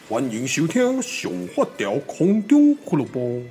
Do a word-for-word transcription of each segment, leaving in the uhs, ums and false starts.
欢迎收听上发条空中俱乐部。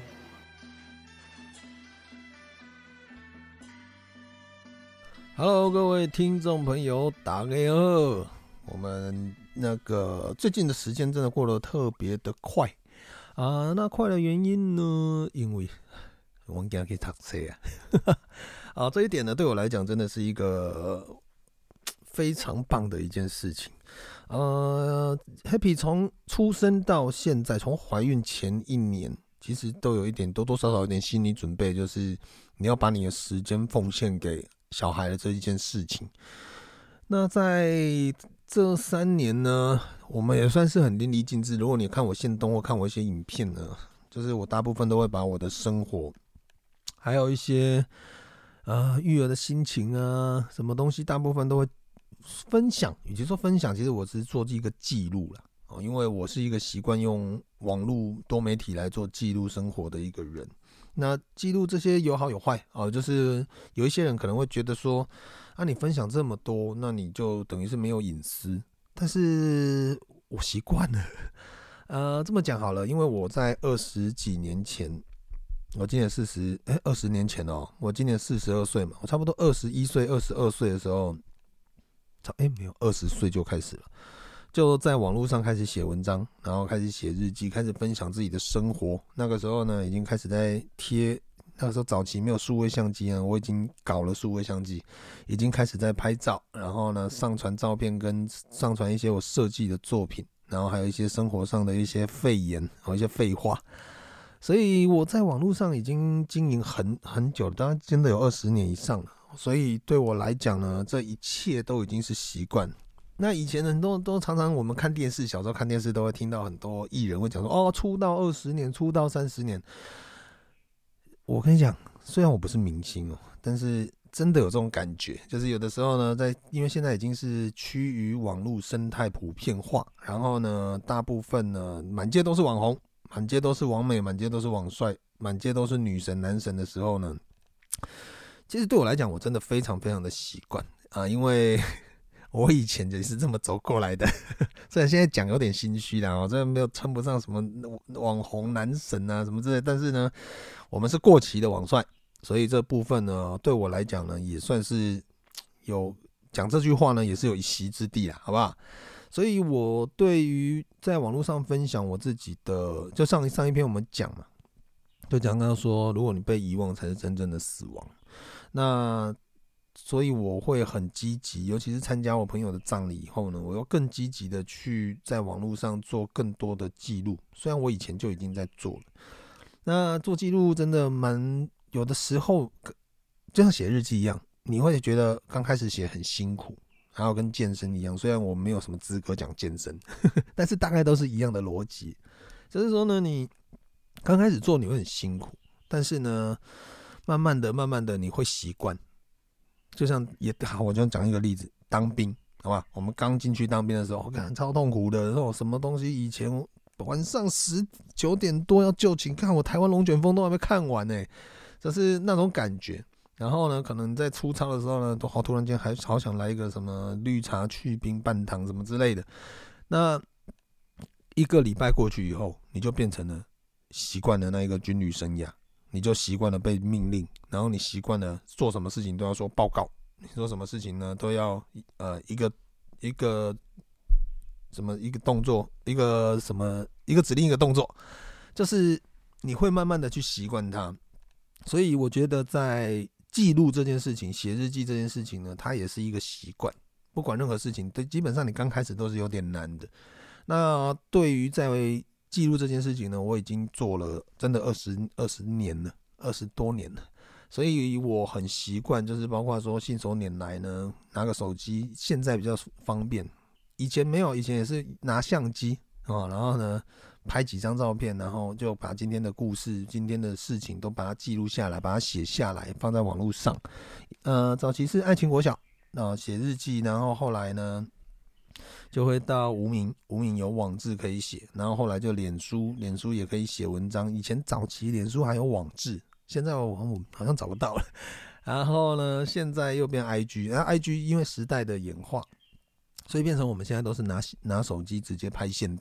Hello， 各位听众朋友，大家好。我们那个最近的时间真的过得特别的快啊！那快的原因呢？因为我今天去读册啊。啊，这一点呢，对我来讲真的是一个非常棒的一件事情。呃 ，Happy 从出生到现在，从怀孕前一年，其实都有一点多多少少有点心理准备，就是你要把你的时间奉献给小孩的这一件事情。那在这三年呢，我们也算是很淋漓尽致。如果你看我限动或看我一些影片呢，就是我大部分都会把我的生活，还有一些呃育儿的心情啊，什么东西，大部分都会分享。与其说分享，其实我只是做一个记录啦。哦，因为我是一个习惯用网络多媒体来做记录生活的一个人。那记录这些有好有坏哦，就是有一些人可能会觉得说，啊，你分享这么多，那你就等于是没有隐私。但是我习惯了，呃，这么讲好了，因为我在二十几年前，我今年四十，哎，二十年前哦，我今年四十二岁嘛，我差不多二十一岁、二十二岁的时候，哎，没有，二十岁就开始了。就在网络上开始写文章，然后开始写日记，开始分享自己的生活。那个时候呢，已经开始在贴。那个时候早期没有数位相机啊，我已经搞了数位相机，已经开始在拍照，然后呢上传照片跟上传一些我设计的作品，然后还有一些生活上的一些废言和一些废话。所以我在网络上已经经营很很久了，当然真的有二十年以上了。所以对我来讲呢，这一切都已经是习惯。那以前人都都常常我们看电视，小时候看电视都会听到很多艺人会讲说，哦，出道二十年，出道三十年。我跟你讲，虽然我不是明星哦，但是真的有这种感觉，就是有的时候呢，在因为现在已经是趋于网络生态普遍化，然后呢，大部分呢满街都是网红，满街都是网美，满街都是网帅，满街都是女神男神的时候呢，其实对我来讲，我真的非常非常的习惯啊，因为我以前也是这么走过来的，虽然现在讲有点心虚啦，我真的没有称不上什么网红男神啊什么之类，但是呢，我们是过期的网帅，所以这部分呢，对我来讲呢，也算是有讲这句话呢，也是有一席之地啦，好不好？所以我对于在网络上分享我自己的，就上上一篇我们讲嘛，就讲到说，如果你被遗忘才是真正的死亡，那。所以我会很积极，尤其是参加我朋友的葬礼以后呢，我要更积极的去在网络上做更多的记录。虽然我以前就已经在做了，那做记录真的蛮有的时候，就像写日记一样，你会觉得刚开始写很辛苦，还有跟健身一样。虽然我没有什么资格讲健身，但是大概都是一样的逻辑。就是说呢，你刚开始做你会很辛苦，但是呢，慢慢的、慢慢的你会习惯。就像也好，我就讲一个例子，当兵，好吧？我们刚进去当兵的时候，我感觉超痛苦的。然后什么东西，以前晚上十九点多要就寝，看我台湾龙卷风都还没看完呢、欸，就是那种感觉。然后呢，可能在出操的时候呢，都好突然间还好想来一个什么绿茶去冰半糖什么之类的。那一个礼拜过去以后，你就变成了习惯了那一个军旅生涯。你就习惯了被命令，然后你习惯了做什么事情都要说报告，你说什么事情呢都要呃一个一个什么一个动作，一个什么一个指令一个动作，就是你会慢慢的去习惯它。所以我觉得在记录这件事情，写日记这件事情呢，它也是一个习惯。不管任何事情，对，基本上你刚开始都是有点难的。那对于在记录这件事情呢，我已经做了真的二十二十年了，二十多年了，所以我很习惯，就是包括说信手拈来呢，拿个手机，现在比较方便，以前没有，以前也是拿相机啊，然后呢拍几张照片，然后就把今天的故事、今天的事情都把它记录下来，把它写下来，放在网络上。呃，早期是爱情国小啊，写日记，然后后来呢。就会到无名，无名有网志可以写，然后后来就脸书，脸书也可以写文章。以前早期脸书还有网志，现在我好像找不到了。然后呢，现在又变 I G， 然后 I G 因为时代的演化，所以变成我们现在都是拿拿手机直接拍限动，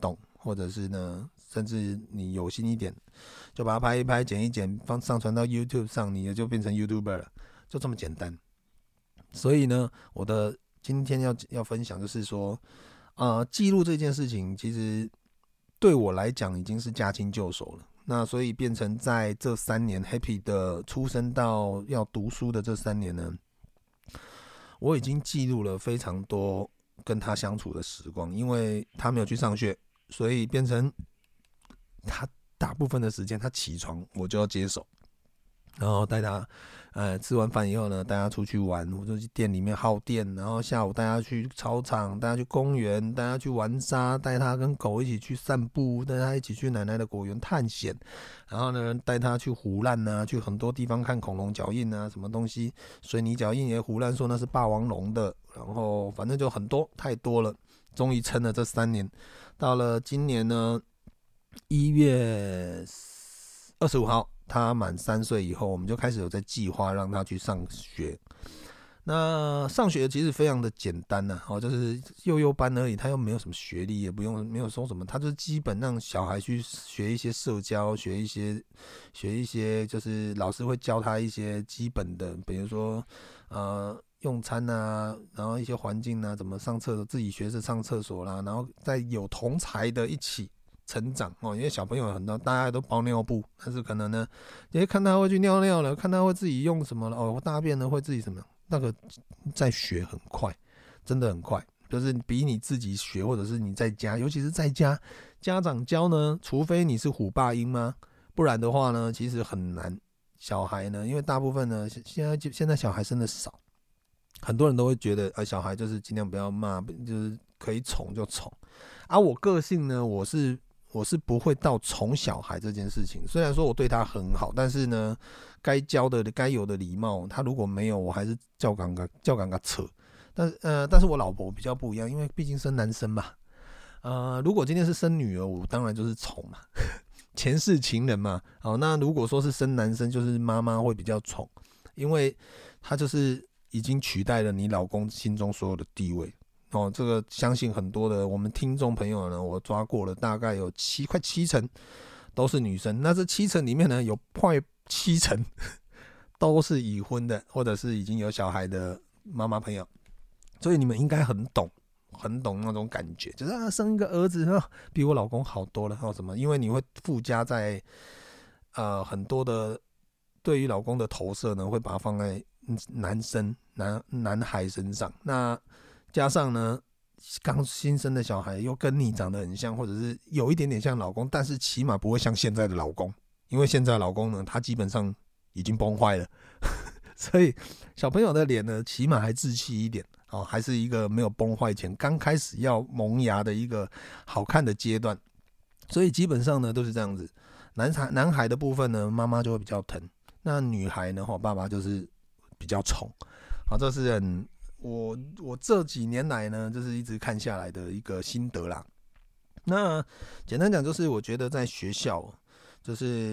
或者是呢，甚至你有心一点，就把它拍一拍、剪一剪，放上传到 YouTube 上，你也就变成 YouTuber 了，就这么简单。所以呢，我的今天要要分享就是说，呃，记录这件事情，其实对我来讲已经是驾轻就熟了。那所以变成在这三年 Happy 的出生到要读书的这三年呢，我已经记录了非常多跟他相处的时光。因为他没有去上学，所以变成他大部分的时间他起床我就要接手，然后带他呃，吃完饭以后呢，带他出去玩，我就去店里面耗电，然后下午带他去操场，带他去公园，带他去玩沙，带他跟狗一起去散步，带他一起去奶奶的果园探险，然后呢，带他去湖烂啊，去很多地方看恐龙脚印啊，什么东西，水泥脚印也湖烂说那是霸王龙的，然后反正就很多，太多了，终于撑了这三年，到了今年呢，一月二十五号。他满三岁以后，我们就开始有在计划让他去上学。那上学其实非常的简单呐、啊，就是幼幼班而已，他又没有什么学历，也不用没有说什么，他就是基本让小孩去学一些社交，学一些学一些，就是老师会教他一些基本的，比如说呃用餐啊，然后一些环境啊，怎么上厕所，自己学着上厕所啦，然后再有同侪的一起。成长哦，因为小朋友很多，大家都包尿布，但是可能呢，也看他会去尿尿了，看他会自己用什么了哦，大便呢会自己什么，那个在学很快，真的很快，就是比你自己学或者是你在家，尤其是在家，家长教呢，除非你是虎爸婴吗？不然的话呢，其实很难。小孩呢，因为大部分呢，现在现在小孩生的少，很多人都会觉得，呃，小孩就是尽量不要骂，就是可以宠就宠。而、啊、我个性呢，我是。我是不会到宠小孩这件事情，虽然说我对他很好，但是呢，该教的、该有的礼貌，他如果没有，我还是叫赶赶叫赶赶扯。但是呃，但是我老婆比较不一样，因为毕竟生男生嘛。呃，如果今天是生女儿，我当然就是宠嘛，前世情人嘛。好，那如果说是生男生，就是妈妈会比较宠，因为他就是已经取代了你老公心中所有的地位。哦，这个相信很多的我们听众朋友呢，我抓过了，大概有七快七成都是女生。那这七成里面呢，有快七成都是已婚的，或者是已经有小孩的妈妈朋友。所以你们应该很懂，很懂那种感觉，就是啊，生一个儿子啊，比我老公好多了，或什么？因为你会附加在呃很多的对于老公的投射呢，会把它放在男生男男孩身上。那加上呢，刚新生的小孩又跟你长得很像，或者是有一点点像老公，但是起码不会像现在的老公，因为现在的老公呢，他基本上已经崩坏了，所以小朋友的脸呢，起码还稚气一点，哦，还是一个没有崩坏前刚开始要萌芽的一个好看的阶段，所以基本上呢都是这样子。男孩男孩的部分呢，妈妈就会比较疼，那女孩呢，爸爸就是比较宠，好，这是很。我我这几年来呢，就是一直看下来的一个心得啦。那简单讲，就是我觉得在学校，就是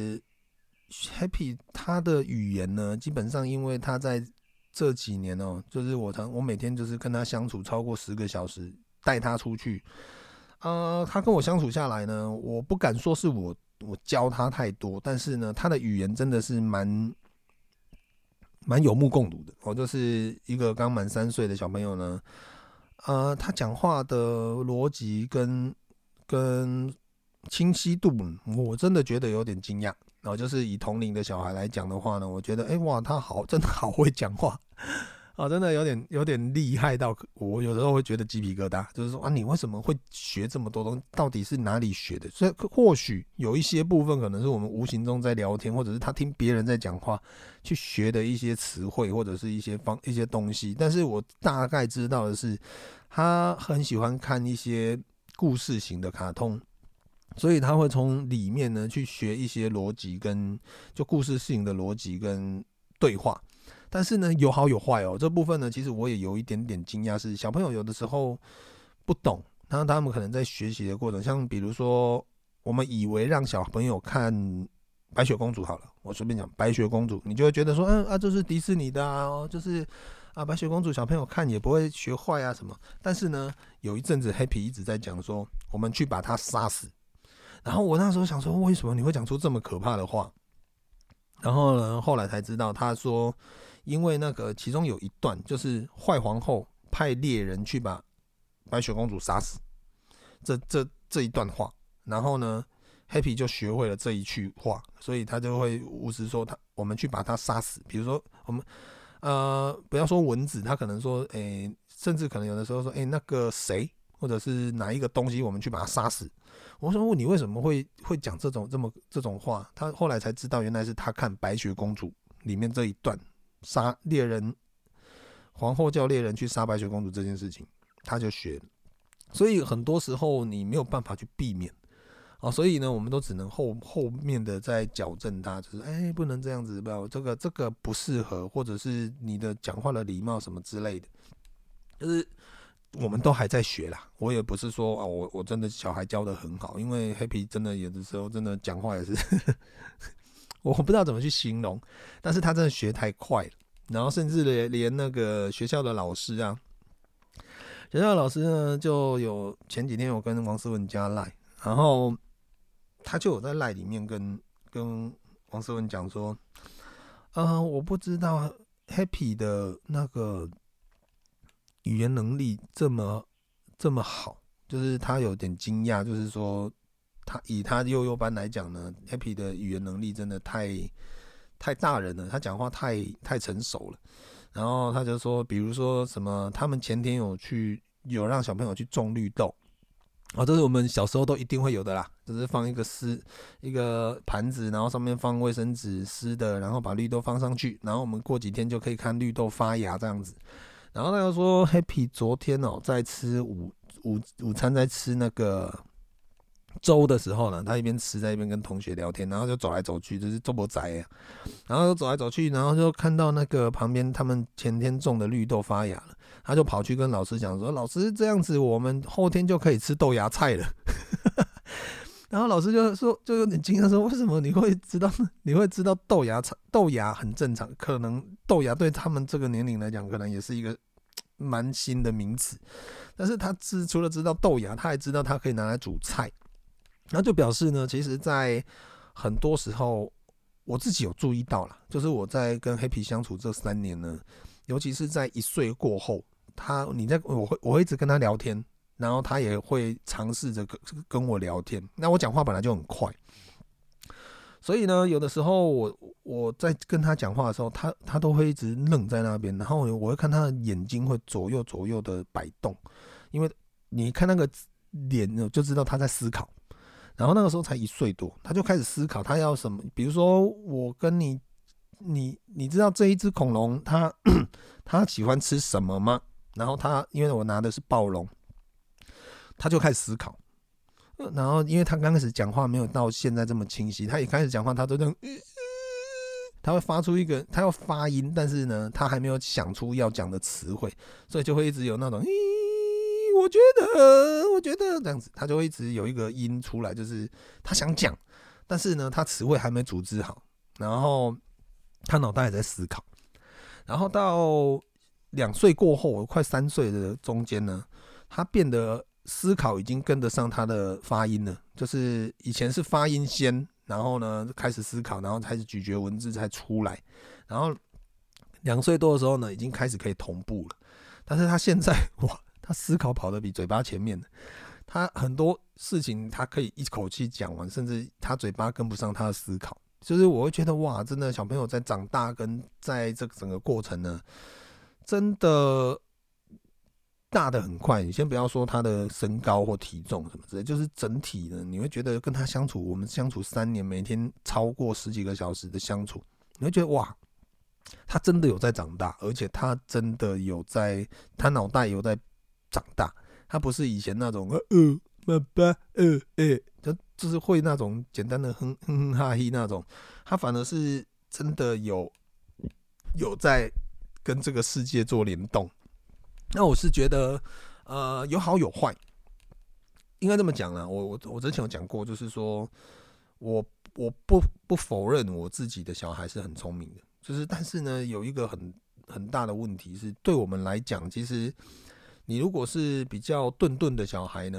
Happy 他的语言呢，基本上因为他在这几年哦，就是我常我每天就是跟他相处超过十个小时，带他出去，呃，他跟我相处下来呢，我不敢说是我我教他太多，但是呢，他的语言真的是蛮。蛮有目共睹的，我、哦、就是一个刚满三岁的小朋友呢，呃，他讲话的逻辑跟跟清晰度，我真的觉得有点惊讶。然后就是以同龄的小孩来讲的话呢，我觉得，哎、欸、哇，他好，真的好会讲话。啊，真的有点有点厉害到我有时候会觉得鸡皮疙瘩，就是说啊，你为什么会学这么多东西？到底是哪里学的？所以或许有一些部分可能是我们无形中在聊天，或者是他听别人在讲话去学的一些词汇，或者是一些方一些东西。但是我大概知道的是，他很喜欢看一些故事型的卡通，所以他会从里面呢去学一些逻辑跟就故事型的逻辑跟对话。但是呢，有好有坏哦。这部分呢，其实我也有一点点惊讶，是小朋友有的时候不懂，然后他们可能在学习的过程，像比如说，我们以为让小朋友看白雪公主好了，我随便讲白雪公主，你就会觉得说，嗯啊，这是迪士尼的啊，就是啊，白雪公主小朋友看也不会学坏啊什么。但是呢，有一阵子 Happy 一直在讲说，我们去把它杀死， 然后我那时候想说，为什么你会讲出这么可怕的话？然后呢，后来才知道，他说，因为那个其中有一段就是坏皇后派猎人去把白雪公主杀死，这这这一段话，然后呢 ，Happy 就学会了这一句话，所以他就会无时说他我们去把他杀死。比如说我们呃，不要说蚊子，他可能说，诶、欸，甚至可能有的时候说，诶、欸，那个谁，或者是哪一个东西，我们去把它杀死。我说你为什么会会讲这种这么这种话？他后来才知道，原来是他看《白雪公主》里面这一段杀猎人，皇后叫猎人去杀白雪公主这件事情，他就学了。所以很多时候你没有办法去避免，哦，所以呢，我们都只能后后面的再矫正他，就是哎、欸，不能这样子，不要这个这个不适合，或者是你的讲话的礼貌什么之类的，就是我们都还在学啦。我也不是说啊，我我真的小孩教得很好，因为 Happy 真的有的时候真的讲话也是我不知道怎么去形容，但是他真的学太快了，然后甚至连那个学校的老师啊。学校的老师呢，就有前几天有跟王思文加赖，然后他就有在赖里面跟跟王思文讲说，呃，我不知道 Happy 的那个语言能力这么这么好，就是他有点惊讶，就是说他以他幼幼班来讲呢 ，Happy 的语言能力真的太太大人了，他讲话太太成熟了。然后他就说，比如说什么，他们前天有去有让小朋友去种绿豆，哦，这是我们小时候都一定会有的啦，就是放一个湿一个盘子，然后上面放卫生纸湿的，然后把绿豆放上去，然后我们过几天就可以看绿豆发芽这样子。然后他就说 ，Happy 昨天哦在吃午午午餐，在吃那个粥的时候呢，他一边吃在一边跟同学聊天，然后就走来走去，就是周伯仔啊，然后就走来走去，然后就看到那个旁边他们前天种的绿豆发芽了，他就跑去跟老师讲说：“老师，这样子我们后天就可以吃豆芽菜了。”然后老师就说，就有点惊讶说：“为什么你会知道？你会知道豆芽菜？豆芽很正常，可能豆芽对他们这个年龄来讲，可能也是一个蛮新的名词。但是他是除了知道豆芽，他还知道它可以拿来煮菜。”然后就表示呢，其实在很多时候，我自己有注意到了，就是我在跟 Happy 相处这三年呢，尤其是在一岁过后，他你在我会我会一直跟他聊天，然后他也会尝试着跟我聊天。那我讲话本来就很快，所以呢，有的时候我我在跟他讲话的时候，他他都会一直愣在那边，然后我会看他的眼睛会左右左右的摆动，因为你看那个脸就知道他在思考。然后那个时候才一岁多，他就开始思考他要什么。比如说，我跟你，你你知道这一只恐龙它它喜欢吃什么吗？然后他因为我拿的是暴龙，他就开始思考。然后因为他刚开始讲话没有到现在这么清晰，他一开始讲话他都这样，他会发出一个他要发音，但是呢他还没有想出要讲的词汇，所以就会一直有那种。我觉得，我觉得这样子，他就会一直有一个音出来，就是他想讲，但是呢，他词汇还没组织好，然后他脑袋也在思考，然后到两岁过后，快三岁的中间呢，他变得思考已经跟得上他的发音了，就是以前是发音先，然后呢开始思考，然后开始咀嚼文字才出来，然后两岁多的时候呢，已经开始可以同步了，但是他现在哇。他思考跑得比嘴巴前面，他很多事情他可以一口气讲完，甚至他嘴巴跟不上他的思考。就是我会觉得哇，真的小朋友在长大跟在这整个过程呢，真的大得很快。你先不要说他的身高或体重什么之类，就是整体呢，你会觉得跟他相处，我们相处三年，每天超过十几个小时的相处，你会觉得哇。他真的有在长大，而且他真的有在，他脑袋有在长大，他不是以前那种呃呃爸爸呃呃，就就是会那种简单的哼哼哼哈嘿那种，他反而是真的有有在跟这个世界做联动。那我是觉得，呃，有好有坏，应该这么讲啦。我我我之前有讲过，就是说我我不不否认我自己的小孩是很聪明的，就是但是呢，有一个很很大的问题是，对我们来讲，其实。你如果是比较顿顿的小孩呢，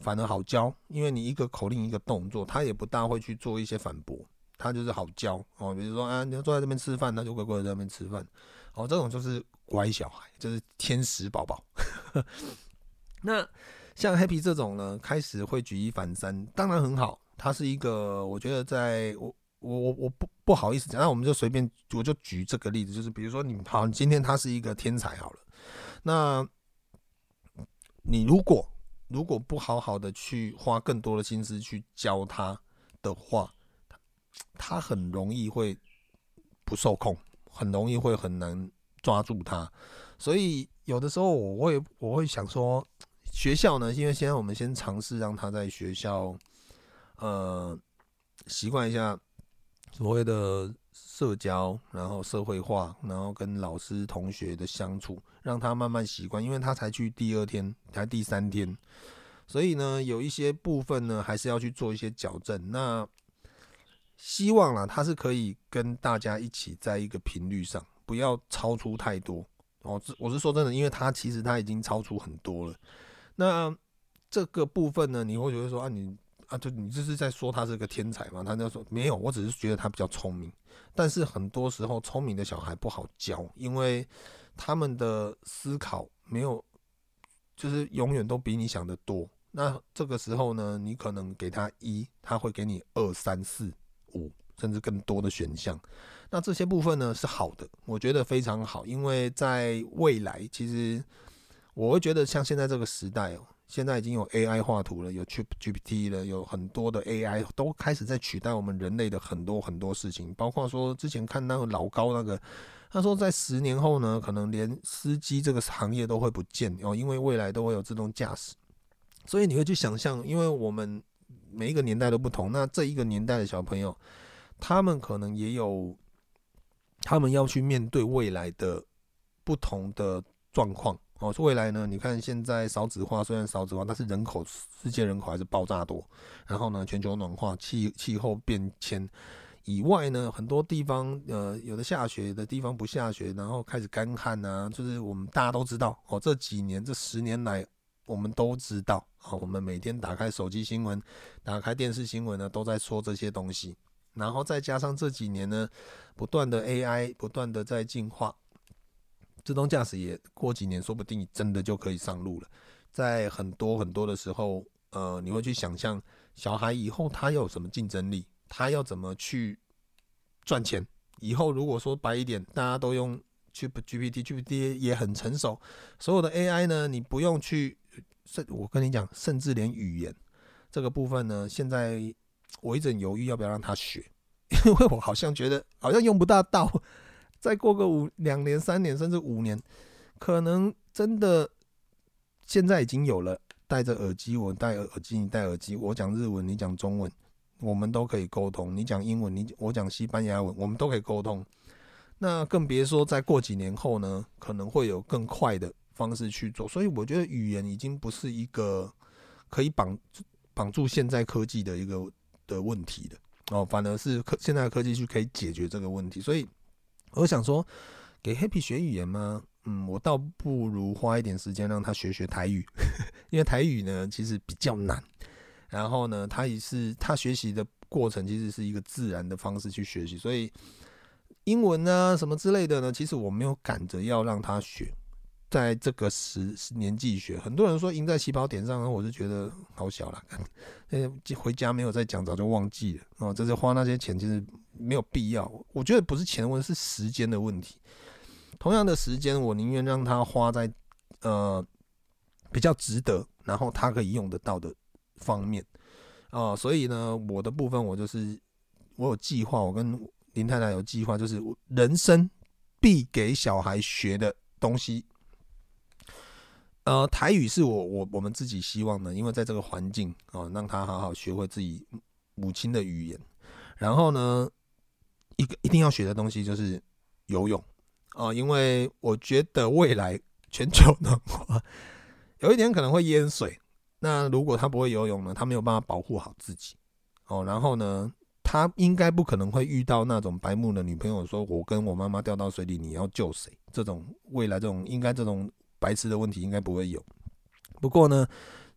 反而好教，因为你一个口令一个动作，他也不大会去做一些反驳，他就是好教哦。比如说啊，你要坐在这边吃饭，他就乖乖在那边吃饭，哦，这种就是乖小孩，就是天使宝宝。那像 Happy 这种呢，开始会举一反三，当然很好。他是一个，我觉得在我我我我不不好意思讲，那我们就随便我就举这个例子，就是比如说你好，今天他是一个天才好了，那你如果如果不好好的去花更多的心思去教他的话，他很容易会不受控，很容易会很难抓住他。所以有的时候我会我会想说，学校呢，因为现在我们先尝试让他在学校，呃，习惯一下所谓的社交，然后社会化，然后跟老师同学的相处，让他慢慢习惯，因为他才去第二天，才第三天，所以呢，有一些部分呢，还是要去做一些矫正。那希望啦，他是可以跟大家一起在一个频率上，不要超出太多哦。我是说真的，因为他其实他已经超出很多了。那这个部分呢，你会觉得说啊，你啊，就你这是在说他是个天才吗？他就说没有，我只是觉得他比较聪明。但是很多时候，聪明的小孩不好教，因为他们的思考没有，就是永远都比你想的多。那这个时候呢，你可能给他一，他会给你二、三、四、五，甚至更多的选项。那这些部分呢是好的，我觉得非常好，因为在未来，其实我会觉得像现在这个时代哦，现在已经有 A I 画图了，有 G P T 了，有很多的 A I 都开始在取代我们人类的很多很多事情，包括说之前看那个老高那个，他说在十年后呢，可能连司机这个行业都会不见哦，因为未来都会有自动驾驶。所以你会去想象，因为我们每一个年代都不同，那这一个年代的小朋友，他们可能也有他们要去面对未来的不同的状况哦。未来呢，你看现在少子化，虽然少子化，但是人口世界人口还是爆炸多。然后呢，全球暖化、气气候变迁以外呢，很多地方呃有的下雪，有的地方不下雪，然后开始干旱啊，就是我们大家都知道哦。这几年这十年来，我们都知道啊，我们每天打开手机新闻，打开电视新闻呢，都在说这些东西。然后再加上这几年呢，不断的 A I 不断的在进化，自动驾驶也过几年说不定真的就可以上路了。在很多很多的时候，呃，你会去想象小孩以后他有什么竞争力，他要怎么去赚钱。以后如果说白一点，大家都用 G P T，G P T 也很成熟，所有的 A I 呢，你不用去。我跟你讲，甚至连语言这个部分呢，现在我一直很犹豫要不要让他学，因为我好像觉得好像用不大到，再过个五两年、三年甚至五年，可能真的现在已经有了，戴着耳机，我戴耳机，你戴耳机，我讲日文，你讲中文，我们都可以沟通；你讲英文，你我讲西班牙文，我们都可以沟通。那更别说再过几年后呢，可能会有更快的方式去做。所以我觉得语言已经不是一个可以绑绑住现在科技的一个的问题的哦，反而是科现在的科技去可以解决这个问题。所以我想说，给 Happy 学语言吗？嗯，我倒不如花一点时间让他学学台语，因为台语呢其实比较难。然后呢，他也是他学习的过程其实是一个自然的方式去学习，所以英文啊什么之类的呢，其实我没有赶着要让他学，在这个时年纪学。很多人说赢在起跑点上，我是觉得好小啦，回家没有再讲，早就忘记了哦。这是花那些钱，其实没有必要。我觉得不是钱的问题，是时间的问题。同样的时间，我宁愿让他花在呃比较值得，然后他可以用得到的方面啊、呃。所以呢，我的部分我就是我有计划，我跟林太太有计划，就是人生必给小孩学的东西。呃，台语是我我我们自己希望的，因为在这个环境哦，让他好好学会自己母亲的语言。然后呢，一个一定要学的东西就是游泳啊、呃，因为我觉得未来全球暖化有一点可能会淹水。那如果他不会游泳呢，他没有办法保护好自己哦。然后呢，他应该不可能会遇到那种白目的女朋友，说我跟我妈妈掉到水里，你要救谁？这种未来这种应该这种白痴的问题应该不会有。不过呢，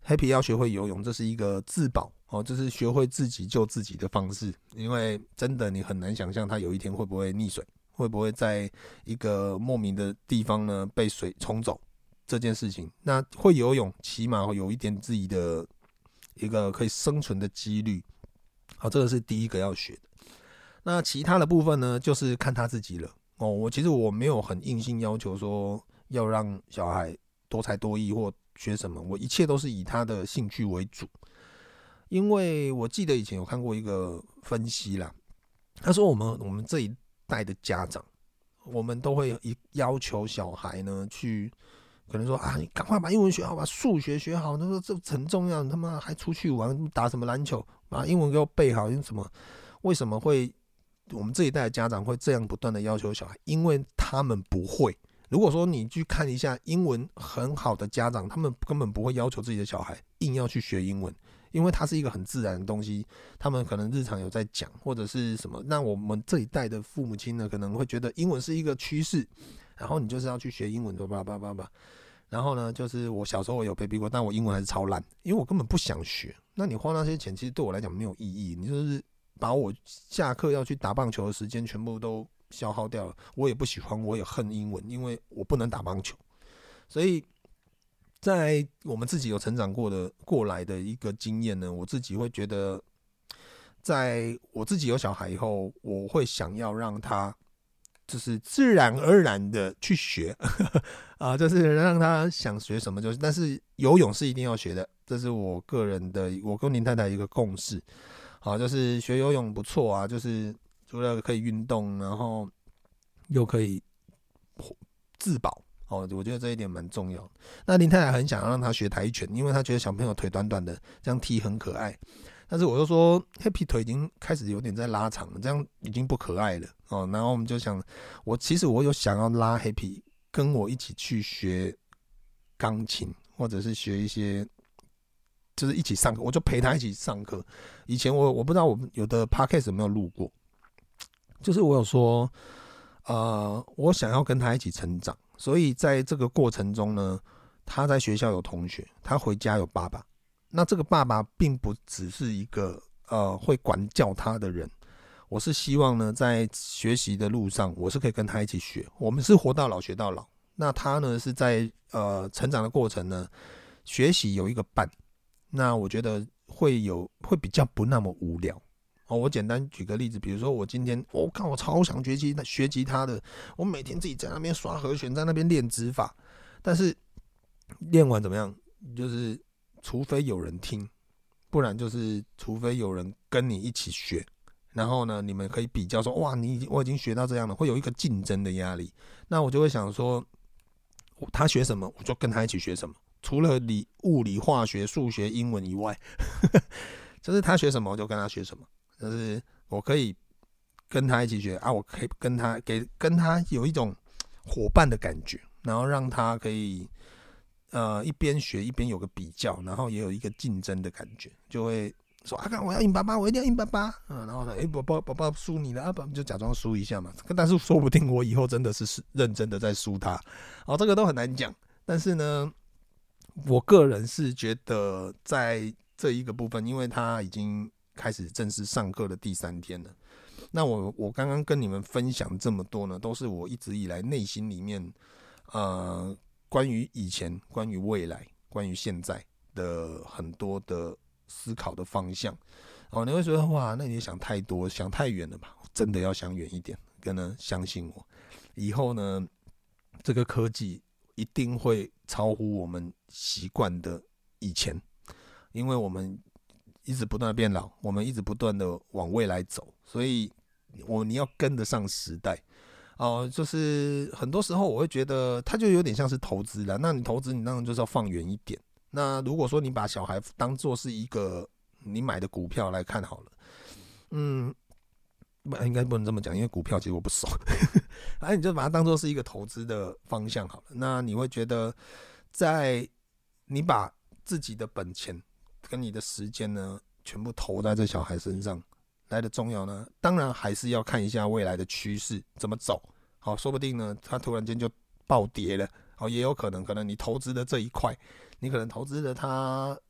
Happy 要学会游泳，这是一个自保哦，这是学会自己救自己的方式。因为真的你很难想象他有一天会不会溺水，会不会在一个莫名的地方呢被水冲走这件事情。那会游泳，起码有一点自己的一个可以生存的几率。好，这个是第一个要学的。那其他的部分呢，就是看他自己了哦。我其实我没有很硬性要求说要让小孩多才多艺或学什么，我一切都是以他的兴趣为主。因为我记得以前有看过一个分析啦，他说我们我们这一代的家长，我们都会要求小孩呢去，可能说啊，你赶快把英文学好，把数学学好，他说这很重要，你他妈还出去玩打什么篮球，把英文给我背好，因为什么？为什么会我们这一代的家长会这样不断的要求小孩？因为他们不会。如果说你去看一下英文很好的家长，他们根本不会要求自己的小孩硬要去学英文，因为它是一个很自然的东西，他们可能日常有在讲或者是什么。那我们这一代的父母亲呢，可能会觉得英文是一个趋势，然后你就是要去学英文，叭叭叭叭。然后呢，就是我小时候我有被逼过，但我英文还是超烂，因为我根本不想学。那你花那些钱，其实对我来讲没有意义，你就是把我下课要去打棒球的时间全部都消耗掉了。我也不喜欢，我也恨英文，因为我不能打棒球。所以在我们自己有成长过的过来的一个经验呢，我自己会觉得，在我自己有小孩以后，我会想要让他就是自然而然的去学啊，就是让他想学什么就是，但是游泳是一定要学的，这是我个人的，我跟林太太一个共识。好，就是学游泳不错啊，就是除了可以运动，然后又可以自保。哦，我觉得这一点蛮重要的。那林太太很想要让他学跆拳，因为他觉得小朋友腿短短的，这样踢很可爱。但是我就说 ，Happy 腿已经开始有点在拉长了，这样已经不可爱了哦。然后我们就想，我其实我有想要拉 Happy 跟我一起去学钢琴，或者是学一些，就是一起上课，我就陪他一起上课。以前我我不知道我有的 podcast 有没有录过，就是我有说，呃，我想要跟他一起成长，所以在这个过程中呢，他在学校有同学，他回家有爸爸。那这个爸爸并不只是一个呃会管教他的人，我是希望呢，在学习的路上，我是可以跟他一起学，我们是活到老学到老。那他呢是在呃成长的过程呢，学习有一个伴，那我觉得会有会比较不那么无聊。哦，我简单举个例子，比如说我今天，我、哦、看我超想学吉他，学吉他的，我每天自己在那边刷和弦，在那边练指法，但是练完怎么样？就是除非有人听，不然就是除非有人跟你一起学，然后呢，你们可以比较说，哇，你已经我已经学到这样了，会有一个竞争的压力。那我就会想说，他学什么，我就跟他一起学什么。除了理物理、化学、数学、英文以外，就是他学什么，我就跟他学什么。就是我可以跟他一起学啊，我可以跟他给跟他有一种伙伴的感觉，然后让他可以呃一边学一边有个比较，然后也有一个竞争的感觉，就会说啊，看我要赢爸爸，我一定要赢爸爸，嗯，然后呢，哎，宝宝宝宝输你了啊，就假装输一下嘛，但是说不定我以后真的是认真的在输他，哦，这个都很难讲，但是呢，我个人是觉得在这一个部分，因为他已经开始正式上课的第三天了。那我我刚刚跟你们分享这么多呢，都是我一直以来内心里面，呃，关于以前、关于未来、关于现在的很多的思考的方向。哦，你会说哇，那你想太多，想太远了吧？真的要想远一点，跟呢相信我，以后呢，这个科技一定会超乎我们习惯的以前，因为我们一直不断的变老，我们一直不断的往未来走，所以我你要跟得上时代哦、呃。就是很多时候我会觉得，它就有点像是投资了。那你投资，你当然就是要放远一点。那如果说你把小孩当作是一个你买的股票来看好了，嗯，应该不能这么讲，因为股票其实我不熟。反正你就把它当作是一个投资的方向好了。那你会觉得，在你把自己的本钱跟你的时间呢，全部投在这小孩身上来的重要呢？当然还是要看一下未来的趋势怎么走。好，说不定呢，他突然间就暴跌了。好，也有可能，可能你投资的这一块，你可能投资了它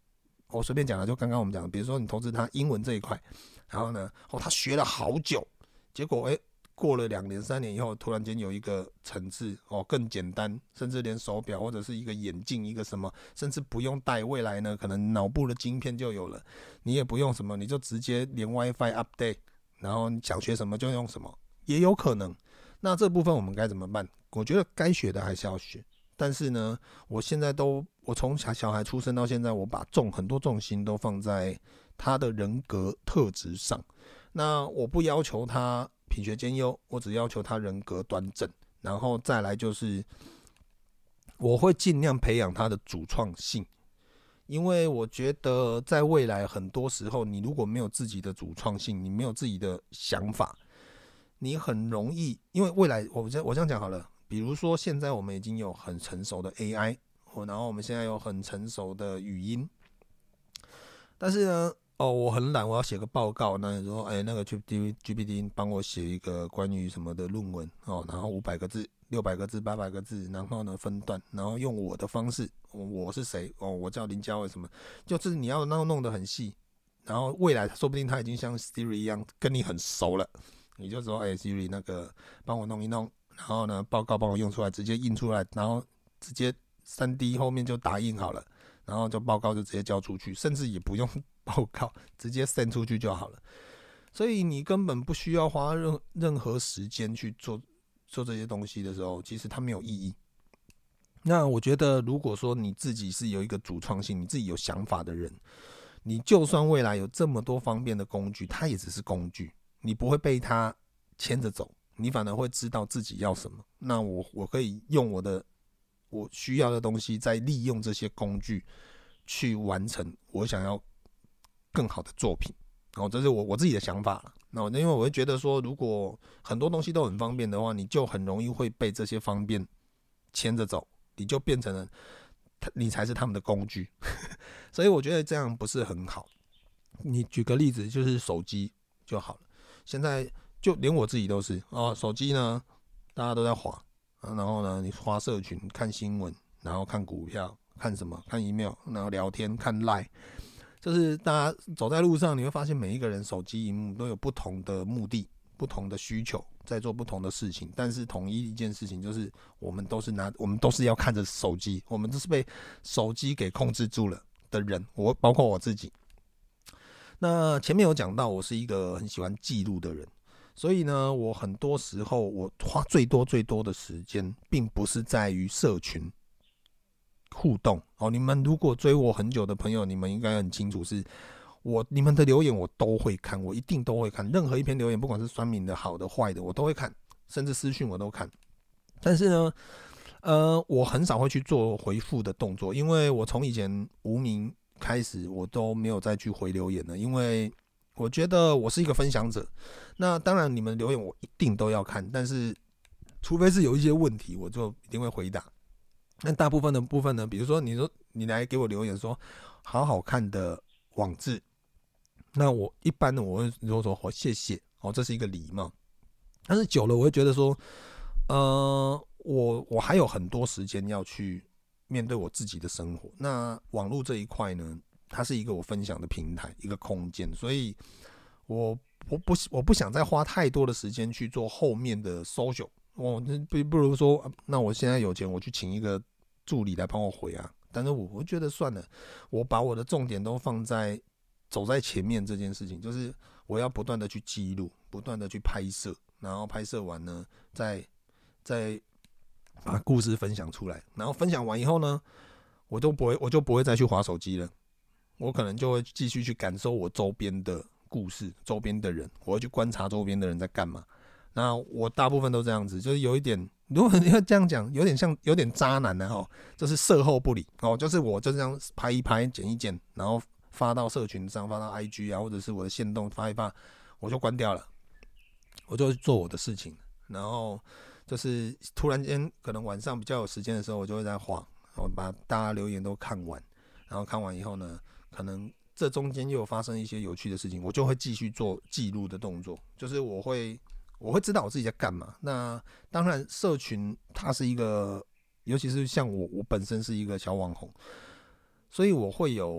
我随便讲了，就刚刚我们讲的，比如说你投资他英文这一块，然后呢，哦，他学了好久，结果哎，过了两年三年以后，突然间有一个层次哦更简单，甚至连手表或者是一个眼镜一个什么，甚至不用戴，未来呢可能脑部的晶片就有了，你也不用什么，你就直接连 WiFi update， 然后你想学什么就用什么，也有可能。那这部分我们该怎么办？我觉得该学的还是要学，但是呢，我现在都我从小孩出生到现在，我把重很多重心都放在他的人格特质上。那我不要求他品学兼优，我只要求他人格端正，然后再来就是我会尽量培养他的主创性，因为我觉得在未来很多时候，你如果没有自己的主创性，你没有自己的想法，你很容易，因为未来我这我这样讲好了，比如说现在我们已经有很成熟的 A I， 然后我们现在有很成熟的语音，但是呢，哦，我很懒，我要写个报告，那你说，哎，那个 G P T 帮我写一个关于什么的论文哦，然后五百个字、六百个字、八百个字，然后呢分段，然后用我的方式，我是谁哦，我叫林嘉伟什么，就是你要弄弄得很细，然后未来说不定他已经像 Siri 一样跟你很熟了，你就说，哎 ，Siri 那个帮我弄一弄，然后呢报告帮我用出来，直接印出来，然后直接 三 D 后面就打印好了。然后就报告就直接交出去，甚至也不用报告，直接 send 出去就好了。所以你根本不需要花任任何时间去做做这些东西的时候，其实它没有意义。那我觉得，如果说你自己是有一个主创性，你自己有想法的人，你就算未来有这么多方便的工具，它也只是工具，你不会被它牵着走，你反而会知道自己要什么。那我我可以用我的。我需要的东西，再利用这些工具去完成我想要更好的作品。哦，这是我我自己的想法了。那因为我会觉得说，如果很多东西都很方便的话，你就很容易会被这些方便牵着走，你就变成了你才是他们的工具。所以我觉得这样不是很好。你举个例子，就是手机就好了。现在就连我自己都是哦，手机呢，大家都在滑。然后呢，你滑社群、看新闻，然后看股票、看什么、看 email， 然后聊天、看 line， 就是大家走在路上，你会发现每一个人手机萤幕都有不同的目的、不同的需求，在做不同的事情。但是统一一件事情就是，我们都是拿，我们都是要看着手机，我们都是被手机给控制住了的人。我包括我自己。那前面有讲到，我是一个很喜欢记录的人。所以呢，我很多时候我花最多最多的时间，并不是在于社群互动哦。你们如果追我很久的朋友，你们应该很清楚是，我你们的留言我都会看，我一定都会看，任何一篇留言，不管是酸民的、好的、坏的，我都会看，甚至私讯我都看。但是呢，呃，我很少会去做回复的动作，因为我从以前无名开始，我都没有再去回留言了，因为我觉得我是一个分享者，那当然你们留言我一定都要看，但是除非是有一些问题，我就一定会回答。那大部分的部分呢，比如说你说你来给我留言说好好看的网志，那我一般的我会说说哦谢谢哦，这是一个礼貌。但是久了我会觉得说，呃，我我还有很多时间要去面对我自己的生活。那网络这一块呢？它是一个我分享的平台，一个空间，所以我我不我不想再花太多的时间去做后面的 social。我不不如说，那我现在有钱，我去请一个助理来帮我回啊。但是我我觉得算了，我把我的重点都放在走在前面这件事情，就是我要不断的去记录，不断的去拍摄，然后拍摄完呢，再再把故事分享出来，然后分享完以后呢，我都不会我就不会再去滑手机了。我可能就会继续去感受我周边的故事，周边的人，我会去观察周边的人在干嘛。那我大部分都这样子，就是有一点，如果你要这样讲，有点像有点渣男的哈，就是事后不理哦，就是我就这样拍一拍、剪一剪，然后发到社群上，发到 I G 啊，或者是我的限动发一发，我就关掉了，我就做我的事情。然后就是突然间可能晚上比较有时间的时候，我就会在滑，我把大家留言都看完，然后看完以后呢，可能这中间又有发生一些有趣的事情，我就会继续做记录的动作，就是我会我会知道我自己在干嘛。那当然，社群它是一个，尤其是像我，我本身是一个小网红，所以我会有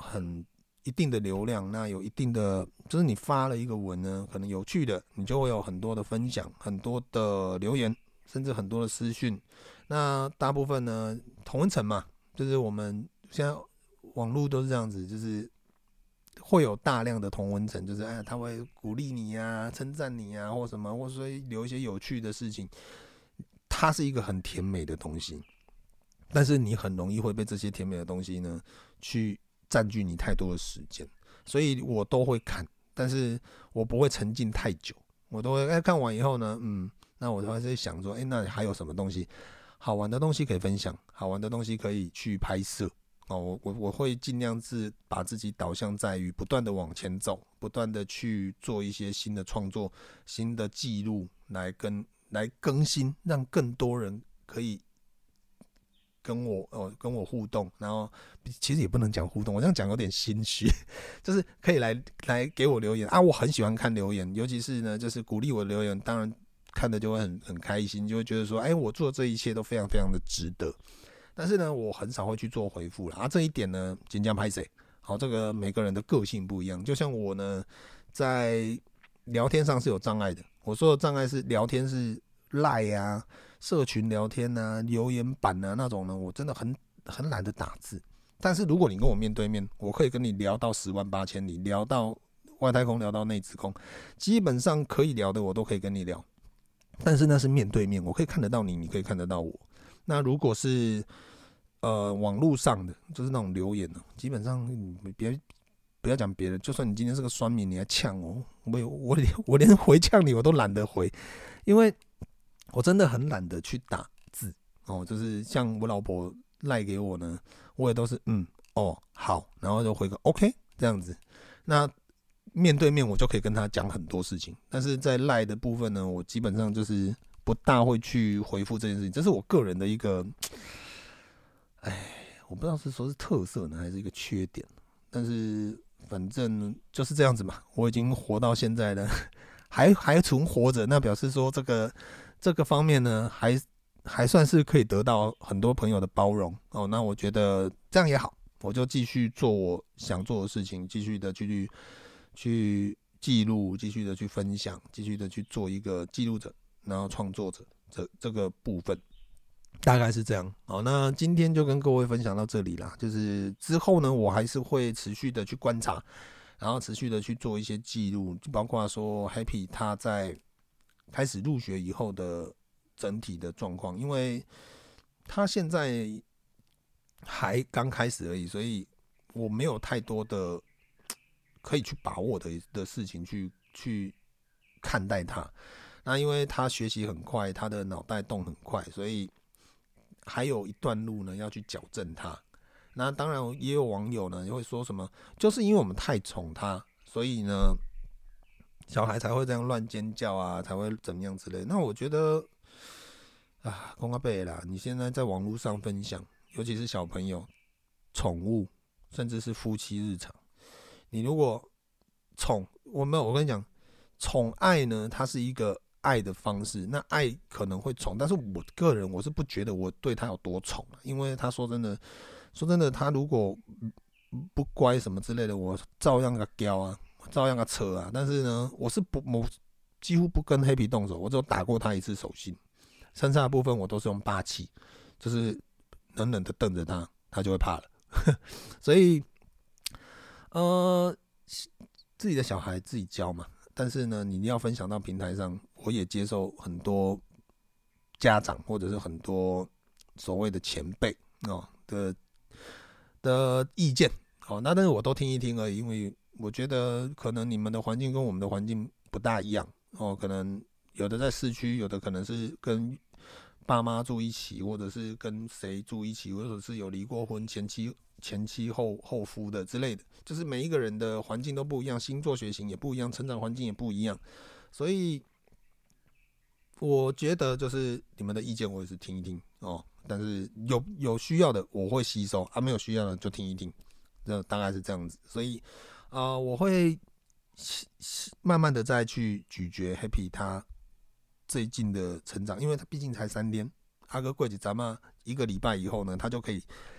很一定的流量，那有一定的，就是你发了一个文呢，可能有趣的，你就会有很多的分享，很多的留言，甚至很多的私讯。那大部分呢，同温层嘛，就是我们现在网络都是这样子，就是会有大量的同温层，就是哎，他会鼓励你啊，称赞你啊，或什么，或者说留一些有趣的事情。它是一个很甜美的东西，但是你很容易会被这些甜美的东西呢，去占据你太多的时间，所以我都会看，但是我不会沉浸太久，我都会哎看完以后呢，嗯，那我还是想说，哎，那还有什么东西好玩的东西可以分享，好玩的东西可以去拍摄。哦，我我我会尽量是把自己导向在于不断的往前走，不断的去做一些新的创作、新的记录，来跟来更新，让更多人可以跟我哦跟我互动。然后其实也不能讲互动，我这样讲有点心虚，就是可以来来给我留言啊，我很喜欢看留言，尤其是呢就是鼓励我的留言，当然看的就会很很开心，就会觉得说，哎，我做的这一切都非常非常的值得。但是呢，我很少会去做回复啦。啊，这一点呢，真的不好意思，好，这个每个人的个性不一样。就像我呢，在聊天上是有障碍的。我说的障碍是聊天是 LINE 啊、社群聊天啊、留言板啊那种呢，我真的很很懒得打字。但是如果你跟我面对面，我可以跟你聊到十万八千里，聊到外太空，聊到内子宫，基本上可以聊的我都可以跟你聊。但是那是面对面，我可以看得到你，你可以看得到我。那如果是呃网络上的，就是那种留言呢，基本上别不要讲别的，就算你今天是个酸民，你还呛我，我我连我连回呛你我都懒得回，因为我真的很懒得去打字哦。就是像我老婆赖给我呢，我也都是嗯哦好，然后就回个 OK 这样子。那面对面我就可以跟他讲很多事情，但是在赖的部分呢，我基本上就是不大会去回复这件事情，这是我个人的一个，哎，我不知道是说是特色呢，还是一个缺点，但是反正就是这样子嘛。我已经活到现在了，还还存活着，那表示说这个这个方面呢，还还算是可以得到很多朋友的包容哦。那我觉得这样也好，我就继续做我想做的事情，继续的去去记录，继续的去分享，继续的去做一个记录者。然后创作者这这个部分大概是这样。好，那今天就跟各位分享到这里啦。就是之后呢，我还是会持续的去观察，然后持续的去做一些记录，包括说 Happy 他在开始入学以后的整体的状况，因为他现在还刚开始而已，所以我没有太多的可以去把握的的事情去去看待他。那因为他学习很快，他的脑袋动很快，所以还有一段路呢要去矫正他。那当然也有网友呢也会说什么，就是因为我们太宠他，所以呢小孩才会这样乱尖叫啊，才会怎么样之类。那我觉得啊，公阿贝啦，你现在在网络上分享，尤其是小朋友、宠物，甚至是夫妻日常，你如果宠，我没有，我跟你讲，宠爱呢，它是一个爱的方式，那爱可能会宠，但是我个人我是不觉得我对他有多宠，因为他说真的，说真的，他如果不乖什么之类的，我照样个叼啊，照样个扯啊，但是呢，我是不，我几乎不跟黑皮动手，我只有打过他一次手心，剩下的部分我都是用霸气，就是冷冷的瞪着他，他就会怕了，所以，呃，自己的小孩自己教嘛。但是呢，你要分享到平台上，我也接受很多家长或者是很多所谓的前辈哦的的意见，好，那但是我都听一听而已，因为我觉得可能你们的环境跟我们的环境不大一样哦，可能有的在市区，有的可能是跟爸妈住一起，或者是跟谁住一起，或者是有离过婚，前妻前妻后后夫的之类的，就是每一个人的环境都不一样，星座血型也不一样，成长环境也不一样，所以我觉得就是你们的意见我也是听一听哦，但是有有需要的我会吸收，啊没有需要的就听一听，这大概是这样子，所以啊、呃、我会慢慢的再去咀嚼 Happy 他最近的成长，因为他毕竟才三天，阿哥贵姐咱们一个礼拜以后呢，他就可以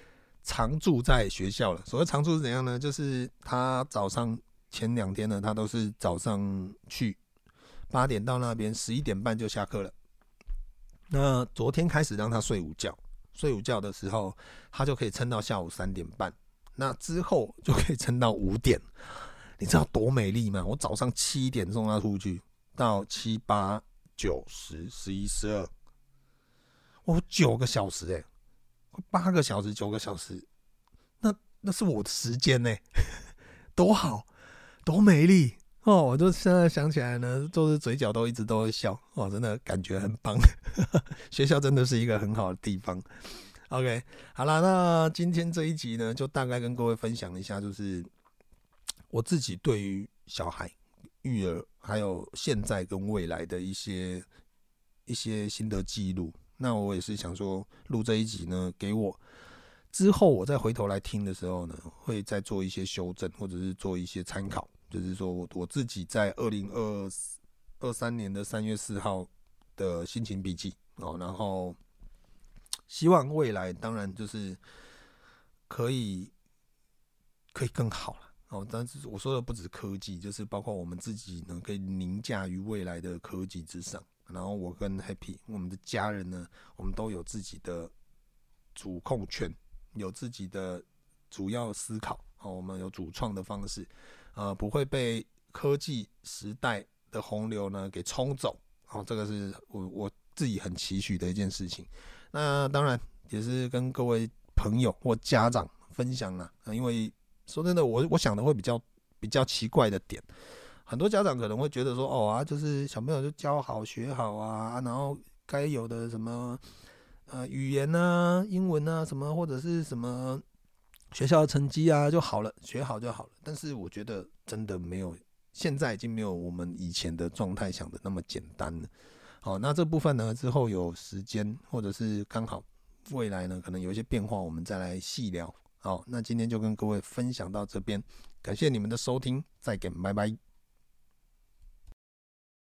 常住在学校了。所谓常住是怎样呢？就是他早上前两天呢，他都是早上去八点到那边，十一点半就下课了。那昨天开始让他睡午觉，睡午觉的时候，他就可以撑到下午三点半。那之后就可以撑到五点。你知道多美丽吗？我早上七点送他出去，到七八九十十一十二，我九个小时哎、欸，八个小时九个小时，那那是我的时间呢、欸，多好，多美丽哦！我就现在想起来呢，就是嘴角都一直都会笑哦，真的感觉很棒。学校真的是一个很好的地方。OK， 好啦，那今天这一集呢，就大概跟各位分享一下，就是我自己对于小孩、育儿，还有现在跟未来的一些一些心得记录。那我也是想说，录这一集呢，给我之后我再回头来听的时候呢，会再做一些修正，或者是做一些参考。就是说我我自己在二零二三年的三月四号的心情笔记哦，然后。希望未来当然就是可以可以更好了哦。但是我说的不止科技，就是包括我们自己呢，可以凌驾于未来的科技之上。然后我跟 Happy 我们的家人呢，我们都有自己的主控权，有自己的主要思考哦，我们有主创的方式，呃，不会被科技时代的洪流呢给冲走。哦，这个是我我自己很期许的一件事情。那当然也是跟各位朋友或家长分享啦，因为说真的，我我想的会比较比较奇怪的点，很多家长可能会觉得说，哦啊，就是小朋友就教好学好啊，然后该有的什么呃语言啊、英文啊什么，或者是什么学校的成绩啊就好了，学好就好了。但是我觉得真的没有，现在已经没有我们以前的状态想的那么简单了。好，那这部分呢，之后有时间或者是刚好未来呢，可能有一些变化，我们再来细聊。好，那今天就跟各位分享到这边，感谢你们的收听，再见，拜拜。